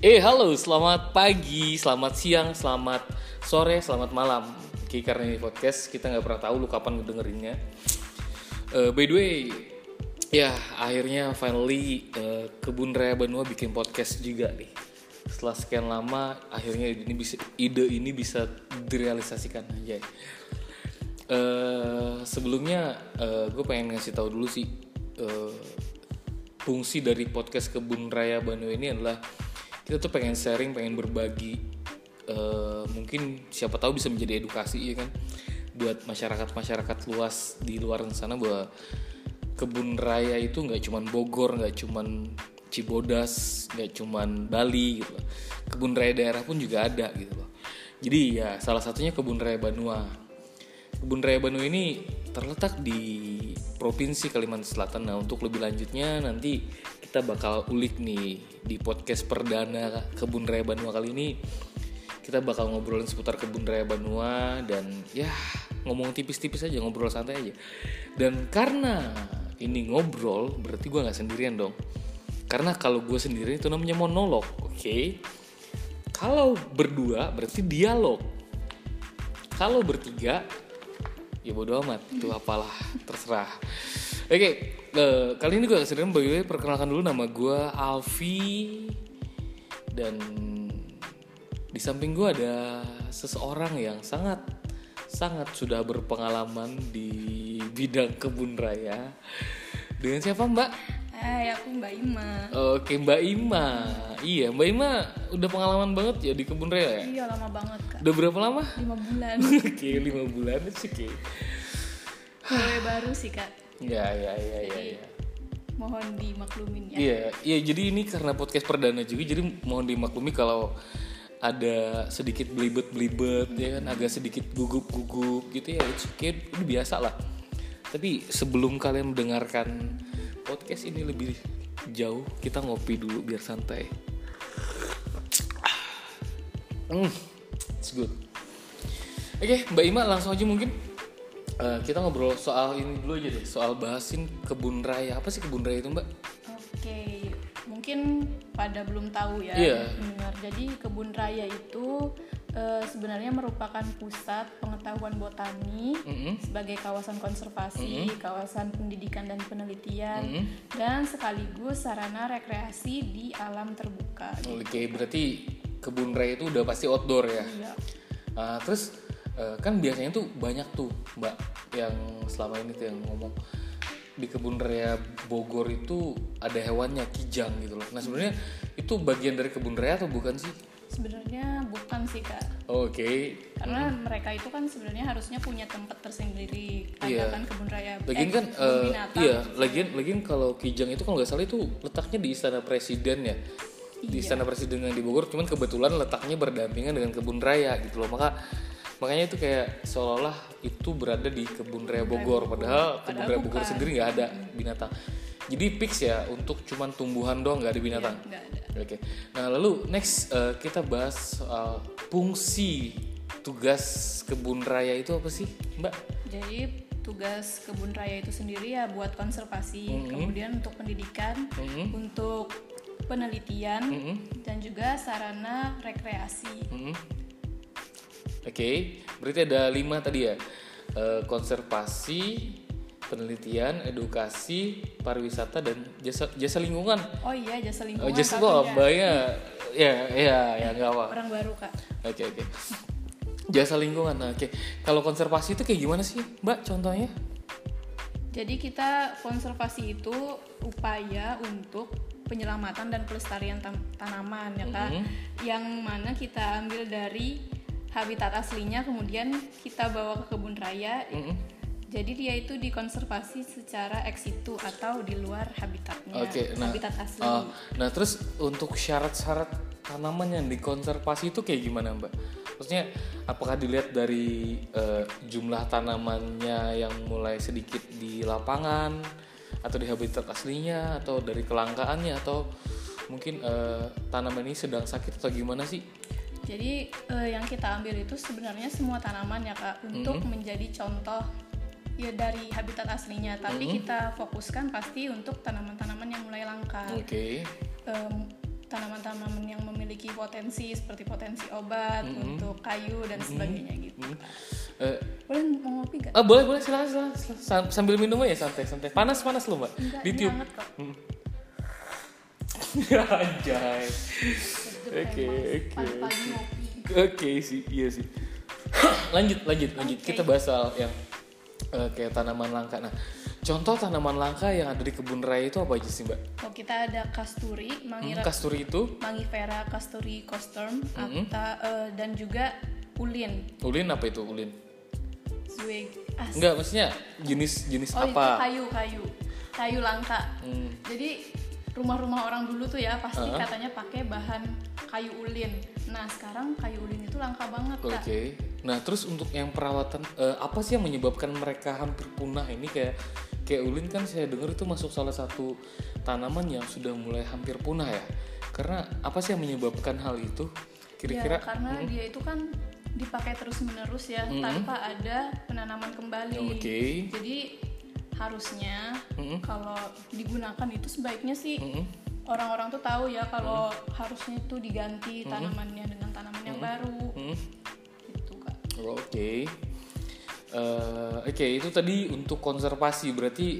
Halo, selamat pagi, selamat siang, selamat sore, selamat malam. Oke, karena ini podcast, kita nggak pernah tahu lu kapan ngedengerinnya. By the way, ya akhirnya finally Kebun Raya Banua bikin podcast juga nih. Setelah sekian lama, akhirnya ide ini bisa direalisasikan aja. Sebelumnya, gue pengen ngasih tahu dulu sih, fungsi dari podcast Kebun Raya Banua ini adalah kita tuh pengen sharing, pengen berbagi, mungkin siapa tahu bisa menjadi edukasi ya kan, buat masyarakat luas di luar sana bahwa kebun raya itu nggak cuman Bogor, nggak cuman Cibodas, nggak cuman Bali gitu loh. Kebun raya daerah pun juga ada gitu loh. Jadi ya salah satunya Kebun Raya Banua. Kebun Raya Banua ini terletak di Provinsi Kalimantan Selatan. Nah, untuk lebih lanjutnya nanti kita bakal ulik nih di podcast perdana Kebun Raya Banua kali ini. Kita bakal ngobrolin seputar Kebun Raya Banua dan ya ngomong tipis-tipis aja, ngobrol santai aja. Dan karena ini ngobrol, berarti gue nggak sendirian dong. Karena kalau gue sendiri itu namanya monolog, oke? Kalau berdua berarti dialog. Kalau bertiga ya bodo amat, itu apalah, terserah. Oke, kali ini gue kesedihan bagi perkenalkan dulu, nama gue Alfi. Dan di samping gue ada seseorang yang sangat sudah berpengalaman di bidang kebun raya. Dengan siapa Mbak? Aku Mbak Ima. Oke, Mbak Ima. Iya, Mbak Ima udah pengalaman banget ya di kebun raya ya? Iya, lama banget Kak. Udah berapa lama? 5 bulan. Oke, 5 bulan sih oke. Cewek baru sih Kak. Ya. Mohon dimaklumin ya. Iya, jadi ini karena podcast perdana juga, jadi mohon dimaklumi kalau ada sedikit belibet ya kan, agak sedikit gugup gitu ya, it's okay, udah biasa lah. Tapi sebelum kalian mendengarkan podcast ini lebih jauh, kita ngopi dulu biar santai. It's good. Oke, Mbak Ima langsung aja mungkin kita ngobrol soal ini dulu aja deh, soal bahasin kebun raya. Apa sih kebun raya itu Mbak? Oke, mungkin pada belum tahu ya. Iya. Dengar. Jadi kebun raya itu sebenarnya merupakan pusat pengetahuan botani sebagai kawasan konservasi, kawasan pendidikan dan penelitian, dan sekaligus sarana rekreasi di alam terbuka. Oke, berarti kebun raya itu udah pasti outdoor ya? Iya. Terus kan biasanya tuh banyak tuh Mbak yang selama ini tuh yang ngomong di kebun raya Bogor itu ada hewannya, kijang gitu loh. Nah sebenarnya itu bagian dari kebun raya atau bukan sih? Sebenarnya bukan sih Kak. Oke. Karena mereka itu kan sebenarnya harusnya punya tempat tersendiri. Iya. Ada kan kebun raya. Lagian kan kebun binatang. iya, lagian kalau kijang itu kalau nggak salah itu letaknya di Istana Presiden ya. Di Istana Presiden yang di Bogor, cuman kebetulan letaknya berdampingan dengan kebun raya gitu loh. Makanya itu kayak seolah-olah itu berada di kebun raya Bogor, padahal kebun raya Bogor sendiri nggak ada binatang. Jadi fix ya untuk cuman tumbuhan doang, nggak ada binatang. Nggak ada. Oke. Nah lalu next kita bahas soal fungsi tugas kebun raya itu apa sih Mbak? Jadi tugas kebun raya itu sendiri ya buat konservasi, kemudian untuk pendidikan, untuk penelitian, dan juga sarana rekreasi. Oke, berarti ada 5 tadi ya. Konservasi, penelitian, edukasi, pariwisata, dan jasa lingkungan. Oh iya, jasa lingkungan. Oh, jasa kok Mbaknya ya nggak apa. Orang baru Kak. Oke. Jasa lingkungan. Nah, oke. Kalau konservasi itu kayak gimana sih Mbak contohnya? Jadi kita konservasi itu upaya untuk penyelamatan dan pelestarian tanaman ya Kak. Yang mana kita ambil dari habitat aslinya, kemudian kita bawa ke kebun raya. Jadi dia itu dikonservasi secara ex situ atau di luar habitatnya, habitat asli. Nah terus untuk syarat-syarat tanaman yang dikonservasi itu kayak gimana Mbak? Maksudnya apakah dilihat dari jumlah tanamannya yang mulai sedikit di lapangan, atau di habitat aslinya, atau dari kelangkaannya, atau mungkin tanaman ini sedang sakit atau gimana sih? Jadi yang kita ambil itu sebenarnya semua tanaman ya Kak, untuk menjadi contoh ya dari habitat aslinya, tapi kita fokuskan pasti untuk tanaman-tanaman yang mulai langka. tanaman-tanaman yang memiliki potensi seperti potensi obat untuk kayu dan sebagainya gitu. Boleh mau ngopi gak? Boleh silakan. Sambil minum aja santai. Panas lo Mbak. Enggak, Di ini tiup. hangat kok. Anjay. Oke. Pagi-pagi ngopi. Oke sih, iya sih. lanjut. Okay. Kita bahas soal yang kayak tanaman langka. Nah, contoh tanaman langka yang ada di kebun raya itu apa aja sih Mbak? Oh, kita ada kasturi, Kasturi itu? Mangifera kasturi costrum, dan juga ulin. Ulin apa itu ulin? Zwig. Enggak, maksudnya jenis apa? Itu kayu langka. Jadi rumah-rumah orang dulu tuh ya pasti katanya pakai bahan kayu ulin. Nah sekarang kayu ulin itu langka banget Kak. Oke. Nah terus untuk yang perawatan apa sih yang menyebabkan mereka hampir punah ini kayak ulin kan saya dengar itu masuk salah satu tanaman yang sudah mulai hampir punah ya. Karena apa sih yang menyebabkan hal itu? Kira-kira? Ya, karena dia itu kan dipakai terus-menerus ya tanpa ada penanaman kembali. Oke. Jadi harusnya kalau digunakan itu sebaiknya sih orang-orang tuh tahu ya kalau harusnya itu diganti tanamannya dengan tanaman yang baru. Gitu Kak. Oke, itu tadi untuk konservasi. Berarti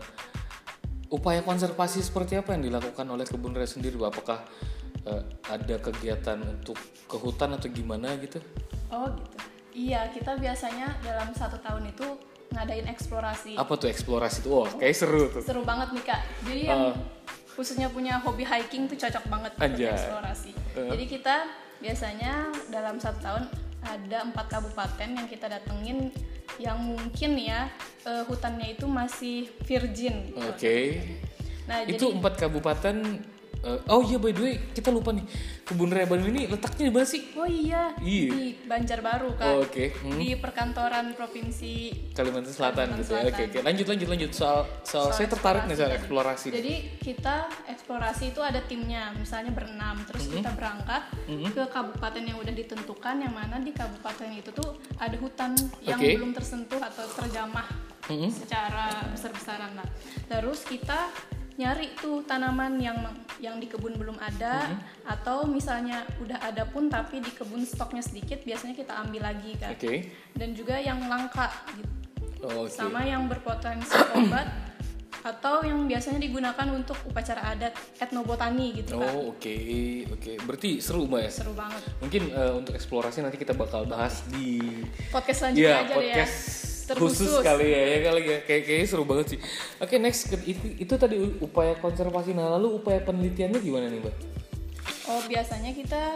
upaya konservasi seperti apa yang dilakukan oleh kebun raya sendiri, Pak? Apakah ada kegiatan untuk ke hutan atau gimana gitu? Oh gitu. Iya, kita biasanya dalam 1 tahun itu ngadain eksplorasi. Apa tuh eksplorasi tuh? Kayak seru tuh. Seru banget nih Kak. Jadi yang khususnya punya hobi hiking tuh cocok banget untuk eksplorasi. Jadi kita biasanya dalam 1 tahun ada 4 kabupaten yang kita datengin yang mungkin ya hutannya itu masih virgin. Oke. Nah, itu jadi 4 kabupaten. Oh iya, by the way kita lupa nih, kebun raya Bandung ini letaknya di mana sih? Oh iya. Di Banjarbaru Kak. Oke. Di perkantoran provinsi Kalimantan Selatan gitu ya. Oke. Lanjut. Soal saya tertarik nih soal eksplorasi. Jadi kita eksplorasi itu ada timnya, misalnya berenam, terus kita berangkat ke kabupaten yang udah ditentukan, yang mana di kabupaten itu tuh ada hutan yang belum tersentuh atau terjamah secara besar-besaran lah. Terus kita nyari tuh tanaman yang di kebun belum ada, atau misalnya udah ada pun tapi di kebun stoknya sedikit, biasanya kita ambil lagi kan. Dan juga yang langka gitu. Sama yang berpotensi obat atau yang biasanya digunakan untuk upacara adat etnobotani gitu kan. Oke. Berarti seru Mbak ya? Seru banget. Mungkin untuk eksplorasi nanti kita bakal bahas di podcast selanjutnya aja podcast deh ya. Khusus kali ya kayaknya seru banget sih. Oke, next itu tadi upaya konservasi. Nah, lalu upaya penelitiannya gimana nih, Mbak? Oh, biasanya kita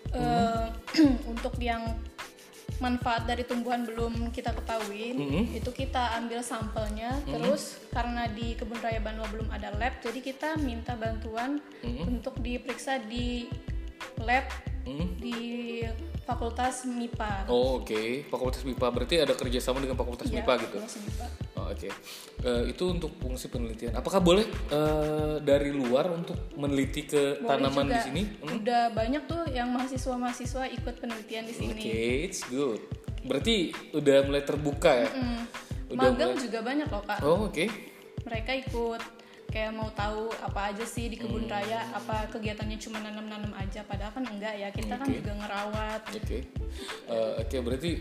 untuk yang manfaat dari tumbuhan belum kita ketahui, itu kita ambil sampelnya, terus karena di Kebun Raya Banua belum ada lab, jadi kita minta bantuan untuk diperiksa di lab di Fakultas MIPA. Fakultas MIPA berarti ada kerjasama dengan Fakultas MIPA gitu. MIPA. Itu untuk fungsi penelitian. Apakah boleh dari luar untuk meneliti ke tanaman juga di sini? Udah banyak tuh yang mahasiswa ikut penelitian di sini. It's good. Berarti udah mulai terbuka ya. Magang juga banyak loh Kak. Mereka ikut kayak mau tahu apa aja sih di kebun raya, apa kegiatannya cuma nanam-nanam aja, padahal kan enggak ya, kita kan juga ngerawat. Berarti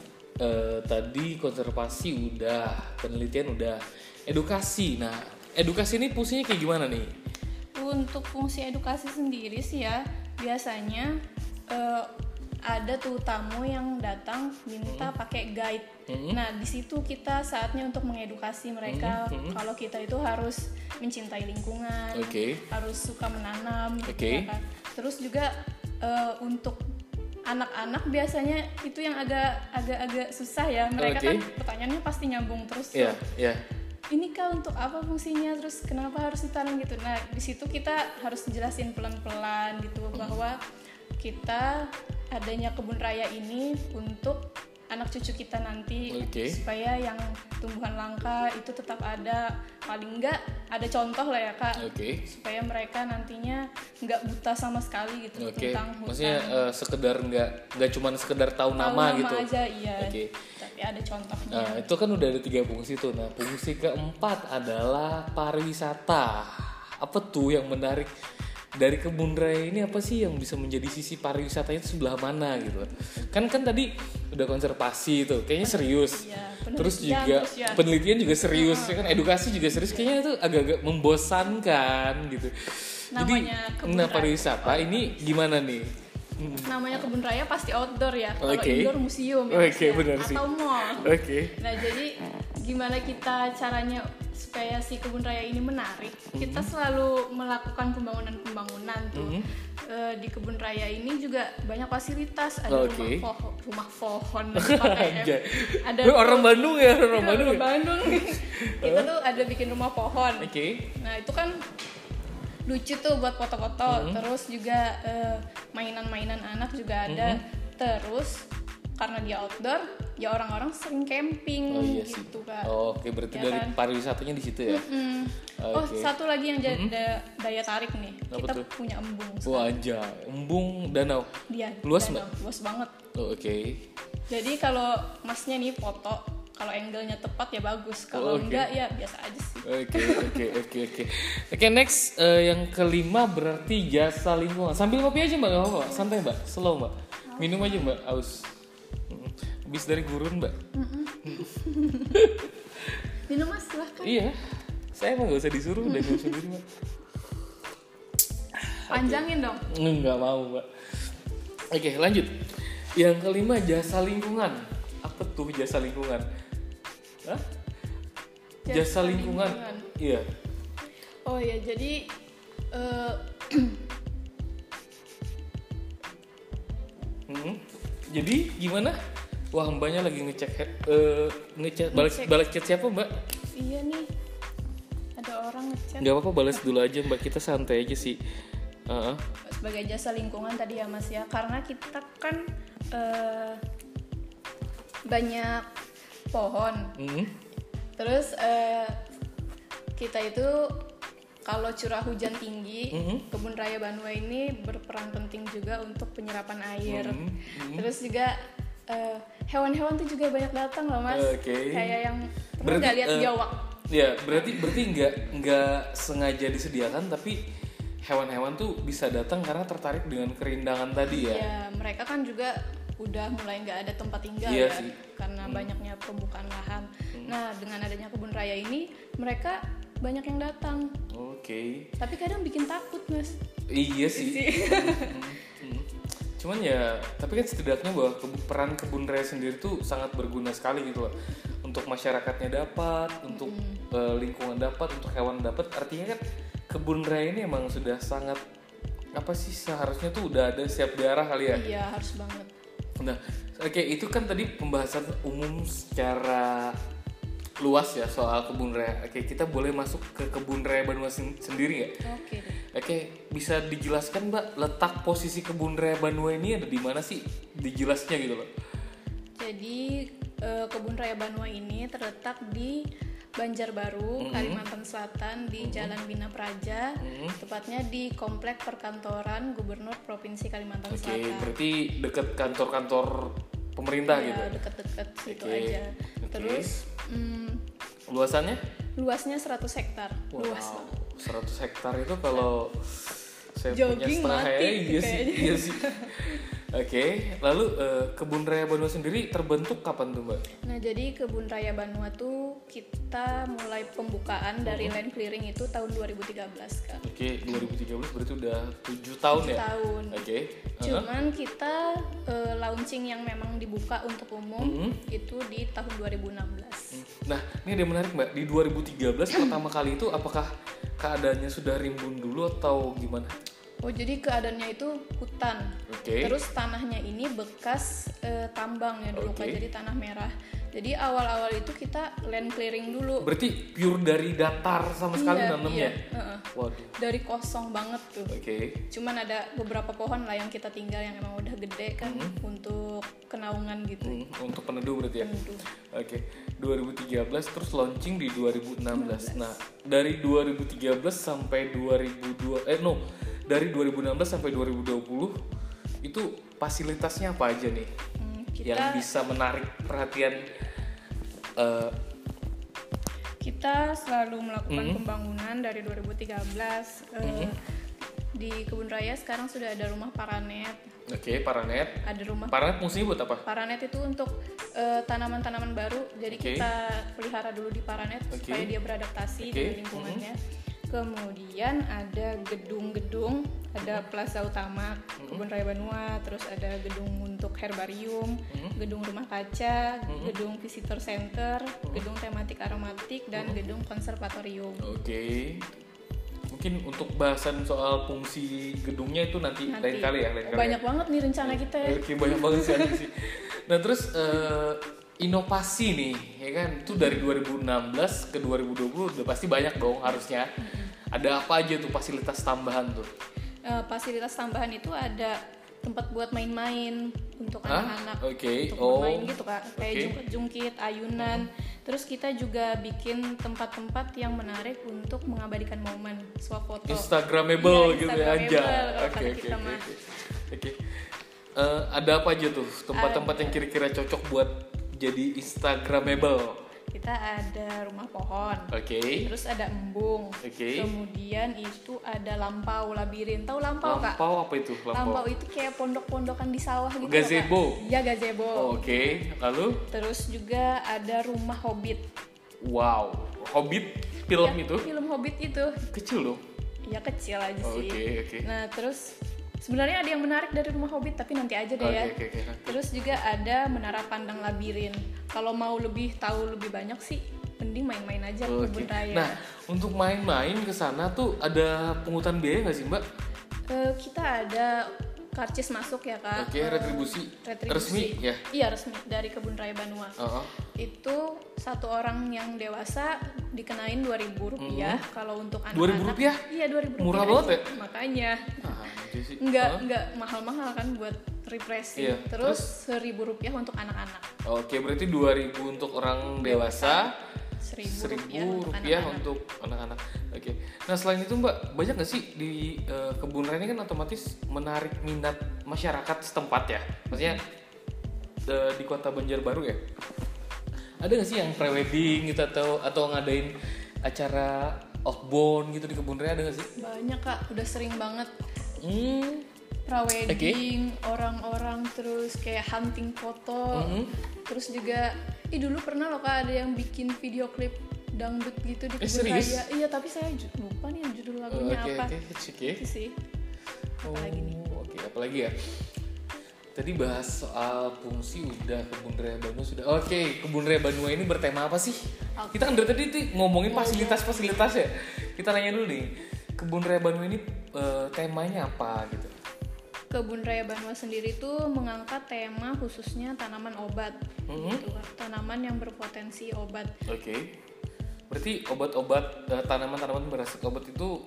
tadi konservasi udah, penelitian udah, edukasi. Nah, edukasi ini fungsinya kayak gimana nih? Untuk fungsi edukasi sendiri sih ya, biasanya ada tuh tamu yang datang minta pakai guide. Nah, di situ kita saatnya untuk mengedukasi mereka kalau kita itu harus mencintai lingkungan, harus suka menanam, ya kan? Terus juga untuk anak-anak biasanya itu yang agak susah ya. Mereka kan pertanyaannya pasti nyambung terus. Ini Kak untuk apa fungsinya? Terus kenapa harus ditanam gitu? Nah, di situ kita harus jelasin pelan-pelan gitu bahwa kita adanya kebun raya ini untuk anak cucu kita nanti, supaya yang tumbuhan langka itu tetap ada, paling enggak ada contoh lah ya Kak, supaya mereka nantinya nggak buta sama sekali gitu tentang hutan. Maksudnya sekedar nggak cuma sekedar tahu nama gitu aja, iya. Tapi ada contohnya. Nah, itu kan udah ada 3 fungsi tuh. Nah, fungsi keempat adalah pariwisata. Apa tuh yang menarik dari kebun raya ini apa sih yang bisa menjadi sisi pariwisatanya itu sebelah mana gitu. Kan tadi udah konservasi itu kayaknya serius. Iya, Terus juga penelitian juga serius, ya kan, edukasi juga serius. Kayaknya itu agak-agak membosankan gitu. Namanya Jadi pariwisata ini gimana nih? Namanya kebun raya pasti outdoor ya. Kalau Oke. indoor museum ya, Mas, benar sih. atau mall. Oke. Nah, jadi gimana kita caranya supaya si kebun raya ini menarik? Kita selalu melakukan pembangunan tuh. Di kebun raya ini juga banyak fasilitas, ada Oke. rumah pohon pakai Anjay. ada Orang Bandung ya, orang Bandung. Orang Bandung. Kita tuh ada bikin rumah pohon. Oke. Nah, itu kan lucu tuh buat foto-foto. Terus juga mainan-mainan anak juga ada. Terus karena dia outdoor, ya orang-orang sering camping gitu kan. Oh, oke, berarti Ya dari kan? pariwisatanya di situ ya. Oh, Oke. satu lagi yang daya tarik nih. Apa Kita tuh? punya embung. Wah, anjay. Embung danau. Dia Luas, danau. Mbak? Luas banget. Oh, oke. Jadi kalau masnya nih foto, kalau angle-nya tepat ya bagus. Kalau Oke. enggak ya biasa aja sih. Oke. Oke, next yang kelima berarti jasa lingkungan. Sambil ngopi aja Mbak, nggak apa-apa. Santai Mbak, slow Mbak. Minum aja Mbak, aus. Habis dari gurun Mbak. Minum Mas, silahkan. Iya, saya emang nggak usah disuruh, udah minum sendiri Mbak. Panjangin dong. Nggak mau Mbak. Oke, lanjut. Yang kelima jasa lingkungan. Apa tuh jasa lingkungan? Hah? Jasa lingkungan. Iya. Oh ya, jadi Jadi gimana? Wah, mbaknya lagi ngechat balas chat siapa Mbak? iya nih, ada orang ngechat. Gak apa-apa, balas dulu aja Mbak, kita santai aja sih. Sebagai jasa lingkungan tadi ya Mas ya, karena kita kan banyak pohon. Terus kita itu kalau curah hujan tinggi, kebun raya Banua ini berperan penting juga untuk penyerapan air. Terus juga hewan-hewan tuh juga banyak datang loh Mas. Kayak yang pernah nggak lihat biawak? Ya, berarti nggak sengaja disediakan, tapi hewan-hewan tuh bisa datang karena tertarik dengan kerindangan tadi ya. Ya, mereka kan juga udah mulai nggak ada tempat tinggal Iya ya, sih. karena banyaknya pembukaan lahan. Nah, dengan adanya kebun raya ini, mereka banyak yang datang. Oke. Tapi kadang bikin takut Mas. Iya sih. Cuman ya, tapi kan setidaknya bahwa peran kebun raya sendiri tuh sangat berguna sekali gitu loh. Untuk masyarakatnya dapat, untuk lingkungan dapat, untuk hewan dapat. Artinya kan kebun raya ini emang sudah sangat seharusnya tuh udah ada siap diarah kali ya. Iya, harus banget. Nah, oke, itu kan tadi pembahasan umum secara luas ya soal kebun raya. Oke, kita boleh masuk ke kebun raya Banua sendiri nggak? Oke deh. Oke, bisa dijelaskan Mbak letak posisi kebun raya Banua ini ada di mana sih? Dijelasnya gitu loh. Jadi kebun raya Banua ini terletak di Banjarbaru, Kalimantan Selatan, di Jalan Bina Praja, tepatnya di Komplek Perkantoran Gubernur Provinsi Kalimantan Oke, Selatan. berarti dekat kantor-kantor pemerintah gitu. Ya, dekat-dekat situ Oke, aja. oke. Terus Luasannya? luasnya 100 hektar. Wow, Luas. 100 hektar itu kalau saya punya Jogging setengah mati iya sih, kayaknya. iya sih. Oke, lalu kebun raya Banua sendiri terbentuk kapan tuh Mbak? Nah, jadi kebun raya Banua tuh kita mulai pembukaan dari land clearing itu tahun 2013 kan. Oke, 2013 berarti udah 7 tahun ya? 7 tahun. Oke. Cuman kita launching yang memang dibuka untuk umum itu di tahun 2016. Nah, ini ada yang menarik Mbak. Di 2013 pertama kali itu apakah keadaannya sudah rimbun dulu atau gimana? Oh, jadi keadaannya itu hutan. Oke. Terus tanahnya ini bekas tambang ya dulu kan, jadi tanah merah. Jadi awal-awal itu kita land clearing dulu. Berarti pure dari datar sama sekali nanamnya? Iya. Waduh. Dari kosong banget tuh. Oke. Cuman ada beberapa pohon lah yang kita tinggal yang emang udah gede kan untuk kenaungan gitu. Untuk peneduh berarti ya? Peneduh. Oke. 2013 terus launching di 2016. Nah, dari 2013 sampai dari 2016 sampai 2020 itu fasilitasnya apa aja nih? Yang bisa menarik perhatian kita selalu melakukan pembangunan dari 2013. Di Kebun Raya sekarang sudah ada rumah Paranet. Oke, Paranet. Ada rumah Paranet fungsinya buat apa? Paranet itu untuk tanaman-tanaman baru. Jadi kita pelihara dulu di Paranet supaya dia beradaptasi dengan lingkungannya. Kemudian ada gedung-gedung, ada plaza utama Kebun Raya Banua, terus ada gedung untuk herbarium, gedung rumah kaca, gedung visitor center, gedung tematik aromatik, dan gedung konservatorium. Oke. Mungkin untuk bahasan soal fungsi gedungnya itu nanti lain kali ya. Banyak banget nih rencana kita ya. Oke, banyak banget sih. Nah terus inovasi nih, ya kan? Itu dari 2016 ke 2020 udah pasti banyak dong harusnya. Ada apa aja tuh fasilitas tambahan tuh? Fasilitas tambahan itu ada tempat buat main-main untuk anak-anak, untuk bermain gitu Kak, kayak jungkit-jungkit, ayunan. Terus kita juga bikin tempat-tempat yang menarik untuk mengabadikan momen, swap foto. Instagramable gitu ya aja. Oke. Ada apa aja tuh tempat-tempat yang kira-kira cocok buat jadi Instagramable? Kita ada rumah pohon. Terus ada embung. Kemudian itu ada lampau labirin. Tahu lampau Kak? Lampau apa itu? Lampau itu kayak pondok-pondokan di sawah gitu. Gazebo. Iya, gazebo. Lalu? Terus juga ada rumah Hobbit. Wow, Hobbit film itu? Film Hobbit itu. Kecil loh. Iya, kecil aja sih. Oke. Nah, terus sebenarnya ada yang menarik dari rumah Hobbit, tapi nanti aja deh ya. Terus juga ada menara pandang labirin. Kalau mau tahu lebih banyak sih, mending main-main aja ke Kebun Raya. Nah, untuk main-main ke sana tuh ada pungutan biaya nggak sih Mbak? Kita ada karcis masuk ya Kak. Retribusi. Resmi ya? Iya, resmi dari Kebun Raya Banua. Itu satu orang yang dewasa dikenain Rp2.000. Kalau untuk anak-anak Rp2.000? Iya, Rp2.000. Murah banget ya? Makanya. Enggak mahal-mahal kan buat refreshing. Terus Rp1.000 untuk anak-anak. Berarti Rp2.000 untuk orang dewasa, Rp1.000 untuk anak-anak. Nah selain itu Mbak, banyak nggak sih di Kebun Raya ini kan otomatis menarik minat masyarakat setempat ya? Maksudnya di Kota Banjarbaru ya? Ada nggak sih yang pre-wedding gitu atau ngadain acara outbound gitu di Kebun Raya, ada nggak sih? Banyak Kak, udah sering banget. Pra-wedding, orang-orang terus kayak hunting foto. Terus juga, dulu pernah loh Kak ada yang bikin video klip dangdut gitu di Kebun Raya. Iya, tapi saya lupa nih judul lagunya apa. Itu sih. Apalagi nih? Apalagi ya? Tadi bahas soal fungsi udah, Kebun Raya Banua sudah. Kebun Raya Banua ini bertema apa sih? Kita kan dari tadi tuh ngomongin fasilitas-fasilitas ya. Kita nanya dulu nih, Kebun Raya Banua ini temanya apa gitu? Kebun Raya Banua sendiri tuh mengangkat tema khususnya tanaman obat. Gitu, tanaman yang berpotensi obat. Berarti obat-obat, tanaman-tanaman berhasil obat itu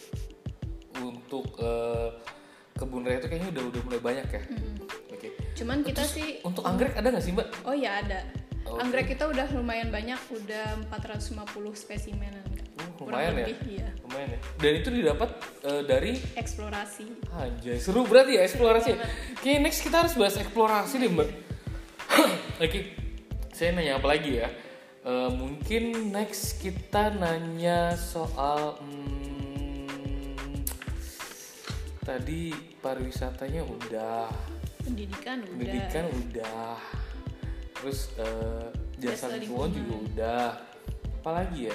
untuk Kebun Raya itu kayaknya udah mulai banyak ya. Cuman kita sih untuk anggrek ada nggak sih Mbak? Oh ya ada. Anggrek kita udah lumayan banyak, udah 450 spesimenan. Lumayan ya? Iya. Lumayan ya. Dan itu didapat dari eksplorasi. Anjay, seru berarti ya eksplorasi. Oke, next kita harus bahas eksplorasi deh Mbak. Saya nanya apa lagi ya? Mungkin next kita nanya soal tadi pariwisatanya udah, pendidikan udah, terus jasa lingkungan juga udah, apalagi ya?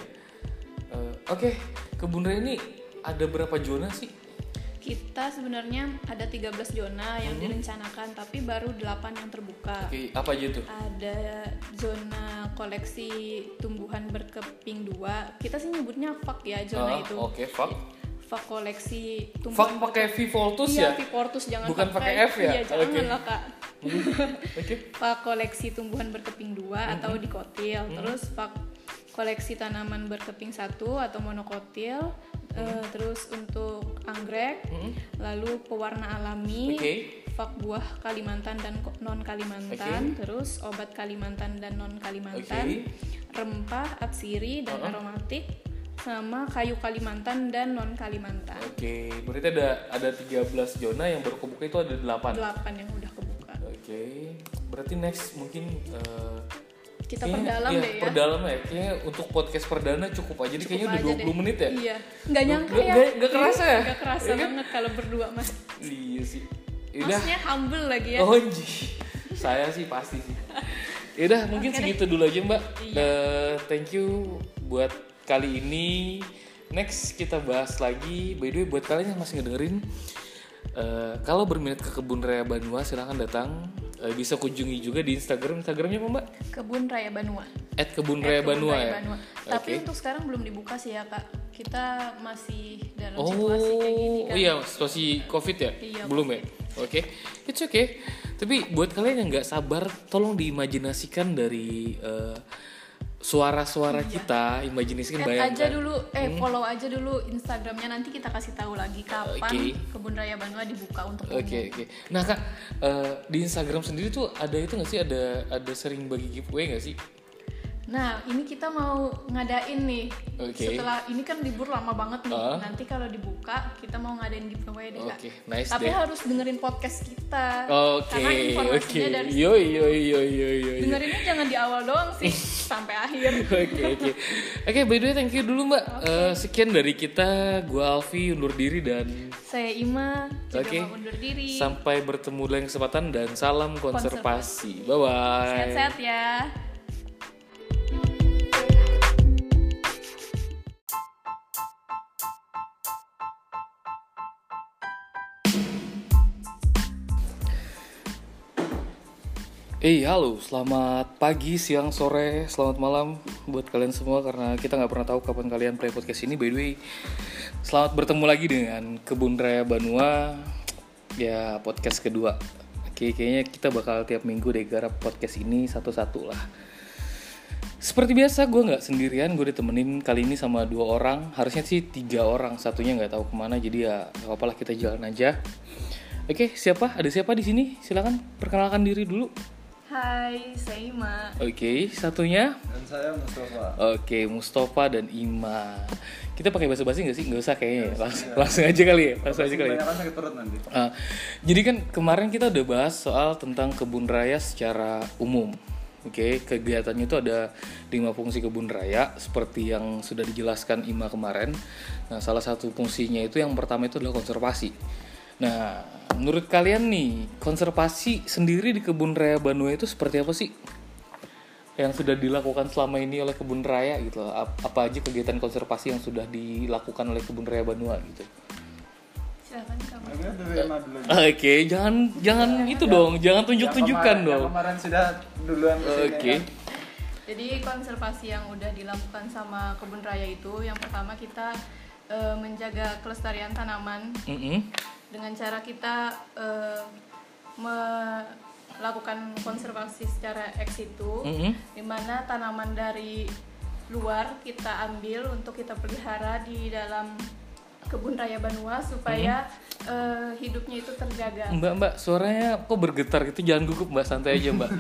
Kebun Raya ini ada berapa zona sih? Kita sebenarnya ada 13 zona yang direncanakan, tapi baru 8 yang terbuka. Apa aja tuh? Ada zona koleksi tumbuhan berkeping 2. Kita sih nyebutnya FAK ya zona itu. FAK. FAK koleksi tumbuhan. FAK pakai V Voltus ya? Iya, V Voltus, jangan bukan pakai F ya? Iya, jangan lah Kak. FAK koleksi tumbuhan berkeping 2 atau dikotil. Terus FAK koleksi tanaman berkeping 1 atau monokotil. Terus untuk anggrek, lalu pewarna alami, FAK buah Kalimantan dan non Kalimantan, terus obat Kalimantan dan non Kalimantan, rempah, atsiri dan aromatik, sama kayu Kalimantan dan non Kalimantan. Berarti ada 13 zona yang baru kebuka, itu ada 8 yang udah kebuka. Berarti next mungkin kita perdalam deh ya. Perdalam ya. Kayaknya untuk podcast perdana cukup aja deh. Kayaknya udah 20 menit ya. Iya. Nggak nyangka ya. Nggak kerasa ya? Nggak kerasa banget kalau berdua mas. Iya sih. Masnya humble lagi ya. Oh saya sih pasti sih. Yaudah mungkin segitu dulu aja Mbak. Thank you buat kali ini. Next kita bahas lagi. By the way buat kalian yang masih ngedengerin, kalau berminat ke Kebun Raya Banua silahkan datang. Bisa kunjungi juga di Instagramnya apa Mbak? Kebun Raya Banua. @Kebun Raya Banua ya. Tapi untuk sekarang belum dibuka sih ya Kak. Kita masih dalam situasi kayak gini kan. Oh iya, situasi COVID ya? Iya, belum ya? Oke. It's okay. Tapi buat kalian yang nggak sabar, tolong diimajinasikan dari suara-suara kita, imajinasikan, bayangkan. Aja dulu, follow aja dulu Instagramnya, nanti kita kasih tahu lagi kapan Kebun Raya Banua dibuka untuk umum. Oke. Nah Kak, di Instagram sendiri tuh ada itu nggak sih, ada sering bagi giveaway nggak sih? Nah ini kita mau ngadain nih. Setelah ini kan libur lama banget nih. Nanti kalau dibuka kita mau ngadain giveaway deh Kak. Nice. Tapi harus dengerin podcast kita. Karena informasinya dari yo. Dengerinnya jangan di awal doang sih, sampai akhir. Oke, by the way thank you dulu Mbak. Sekian dari kita, gua Alfi undur diri dan saya Ima juga mau undur diri. Sampai bertemu lain kesempatan dan salam konservasi. Bye bye. Sehat-sehat ya. Halo, selamat pagi, siang, sore, selamat malam buat kalian semua, karena kita nggak pernah tahu kapan kalian play podcast ini. By the way, selamat bertemu lagi dengan Kebun Raya Banua, ya podcast kedua. Kayaknya kita bakal tiap minggu deh garap podcast ini satu-satu lah. Seperti biasa, gue nggak sendirian, gue ditemenin kali ini sama 2 orang, harusnya sih 3 orang, satunya nggak tahu kemana, jadi ya nggak apa-apa lah, kita jalan aja. Oke, Ada siapa di sini? Silakan perkenalkan diri dulu. Hai, saya Ima. Oke, satunya? Dan saya Mustafa. Oke, Mustafa dan Ima. Kita pakai basa-basi nggak sih? Nggak usah kayaknya. Langsung aja kali ya. Kebanyakan sakit perut nanti. Jadi kan kemarin kita udah bahas soal tentang kebun raya secara umum. Oke, kegiatannya itu ada 5 fungsi kebun raya seperti yang sudah dijelaskan Ima kemarin. Nah, salah satu fungsinya itu yang pertama itu adalah konservasi. Nah, menurut kalian nih, konservasi sendiri di Kebun Raya Banua itu seperti apa sih? Yang sudah dilakukan selama ini oleh Kebun Raya gitu. Apa aja kegiatan konservasi yang sudah dilakukan oleh Kebun Raya Banua gitu? Silakan kamu. Oke, jangan itu dong, jangan tunjuk-tunjukkan dong. Yang kemarin sudah duluan. Oke. Jadi konservasi yang udah dilakukan sama Kebun Raya itu, yang pertama kita menjaga kelestarian tanaman. Dengan cara kita melakukan konservasi secara ex situ, di mana tanaman dari luar kita ambil untuk kita pelihara di dalam Kebun Raya Banua supaya hidupnya itu terjaga. Mbak, suaranya kok bergetar gitu? Jangan gugup Mbak, santai aja Mbak.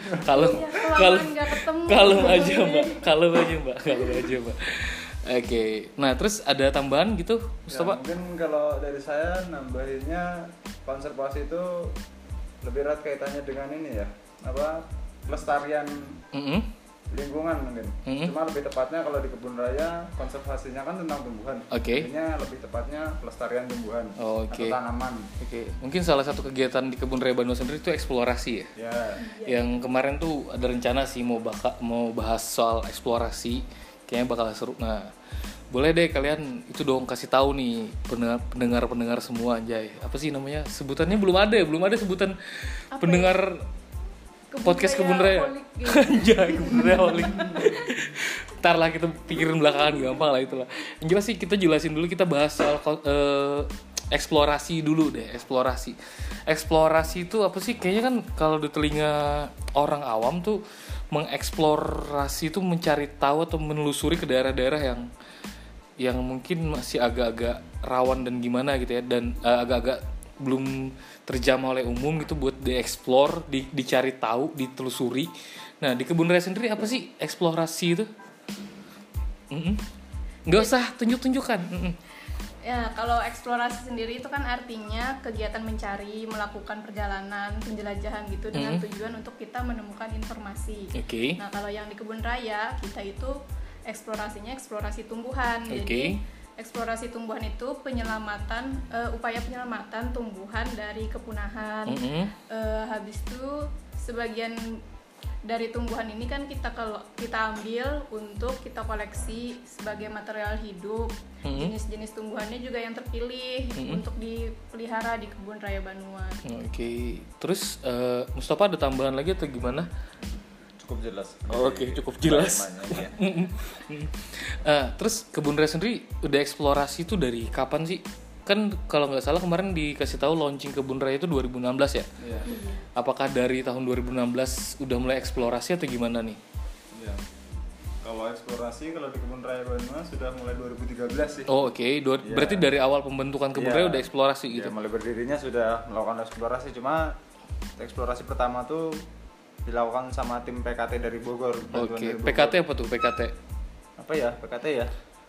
Kalem aja Mbak. Oke, nah terus ada tambahan gitu, Mustafa? Ya, mungkin kalau dari saya nambahinnya, konservasi itu lebih erat kaitannya dengan ini ya, pelestarian lingkungan mungkin. Cuma lebih tepatnya kalau di kebun raya konservasinya kan tentang tumbuhan. Jadinya lebih tepatnya pelestarian tumbuhan atau tanaman. Mungkin salah satu kegiatan di Kebun Raya Banua sendiri itu eksplorasi ya. Yang kemarin tuh ada rencana sih mau bahas soal eksplorasi. Kayaknya bakal seru. Nah, boleh deh kalian itu dong kasih tahu nih pendengar semua, anjay. Apa sih namanya? Sebutannya belum ada sebutan apa pendengar ya? Podcast Kebun Raya. Anjay, Kebun Raya Holik. Ntar lah kita pikirin belakangan, gampang lah itulah. Yang jelas sih kita jelasin dulu, kita bahas soal eksplorasi dulu deh. Eksplorasi itu apa sih? Kayaknya kan kalau di telinga orang awam tuh mengeksplorasi itu mencari tahu atau menelusuri ke daerah-daerah yang mungkin masih agak-agak rawan dan gimana gitu ya, dan agak-agak belum terjamah oleh umum gitu buat dieksplor, dicari tahu, ditelusuri. Nah, di Kebun Raya sendiri apa sih eksplorasi itu? Nggak usah tunjuk-tunjukkan. Ya, kalau eksplorasi sendiri itu kan artinya kegiatan mencari, melakukan perjalanan, penjelajahan gitu dengan tujuan untuk kita menemukan informasi. Nah, kalau yang di kebun raya kita itu eksplorasinya eksplorasi tumbuhan. Jadi eksplorasi tumbuhan itu penyelamatan, upaya penyelamatan tumbuhan dari kepunahan. Habis itu sebagian dari tumbuhan ini kan kita ambil untuk kita koleksi sebagai material hidup. Jenis-jenis tumbuhannya juga yang terpilih untuk dipelihara di kebun raya Banua. Terus Mustafa ada tambahan lagi atau gimana? Cukup jelas. Cukup jelas. Terus kebun raya sendiri udah eksplorasi itu dari kapan sih? Kan kalau nggak salah kemarin dikasih tahu launching kebun raya itu 2016 ya? Iya. Apakah dari tahun 2016 udah mulai eksplorasi atau gimana nih? Iya. Kalau eksplorasi kalau di kebun raya Banua sudah mulai 2013 sih. Berarti dari awal pembentukan kebun raya udah eksplorasi gitu? Mulai berdirinya sudah melakukan eksplorasi, cuma eksplorasi pertama tuh dilakukan sama tim PKT dari Bogor. PKT apa tuh PKT? Apa ya PKT ya?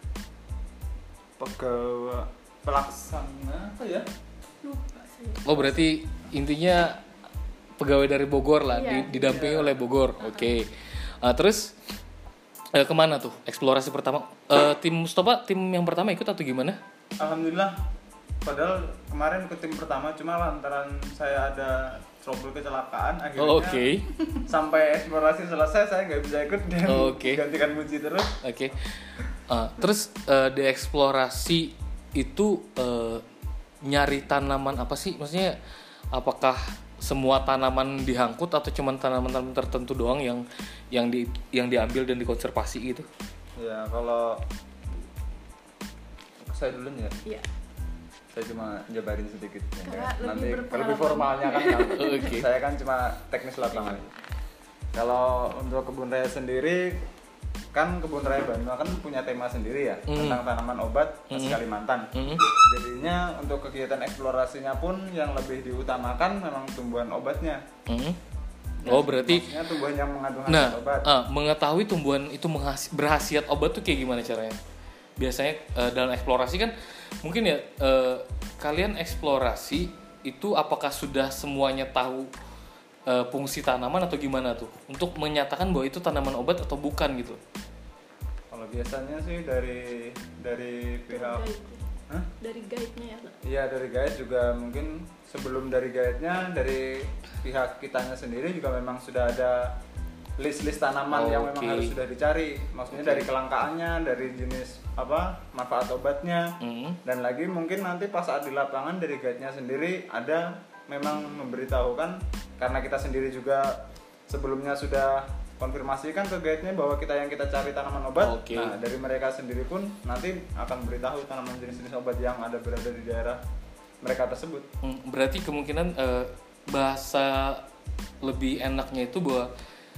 Pelaksana apa ya? Lupa saya. Berarti intinya pegawai dari Bogor lah, didampingi oleh Bogor. Terus kemana tuh eksplorasi pertama? Tim Mustafa, tim yang pertama ikut atau gimana? Alhamdulillah. Padahal kemarin ikut tim pertama, cuma lantaran saya ada trouble kecelakaan, akhirnya sampai eksplorasi selesai saya nggak bisa ikut dan gantikan Muji terus. Terus di eksplorasi itu nyari tanaman apa sih? Maksudnya apakah semua tanaman dihangkut atau cuma tanaman-tanaman tertentu doang yang diambil dan dikonservasi gitu? Ya, kalau saya dulu ya. Iya. Saya cuma jabarin sedikit ya. Nanti lebih formalnya kan saya kan cuma teknis lapangan. Kalau untuk kebun raya sendiri kan kebun raya Banua kan punya tema sendiri ya tentang tanaman obat khas Kalimantan. Jadinya untuk kegiatan eksplorasinya pun yang lebih diutamakan memang tumbuhan obatnya. Berarti maksudnya tumbuhan yang mengandung khasiat obat. Mengetahui tumbuhan itu berkhasiat obat tuh kayak gimana caranya? Biasanya dalam eksplorasi kan mungkin ya kalian eksplorasi itu apakah sudah semuanya tahu fungsi tanaman atau gimana tuh untuk menyatakan bahwa itu tanaman obat atau bukan gitu? Kalau biasanya sih dari pihak dari guide-nya ya? Iya, dari guide juga mungkin sebelum dari guide-nya dari pihak kitanya sendiri juga memang sudah ada list tanaman yang memang harus sudah dicari. Maksudnya dari kelangkaannya, dari jenis manfaat obatnya. Dan lagi mungkin nanti pas saat di lapangan dari guide-nya sendiri ada memang memberitahukan, karena kita sendiri juga sebelumnya sudah konfirmasikan ke guide-nya bahwa yang kita cari tanaman obat. Nah, dari mereka sendiri pun nanti akan beritahu tanaman jenis-jenis obat yang ada berada di daerah mereka tersebut. Berarti kemungkinan bahasa lebih enaknya itu bahwa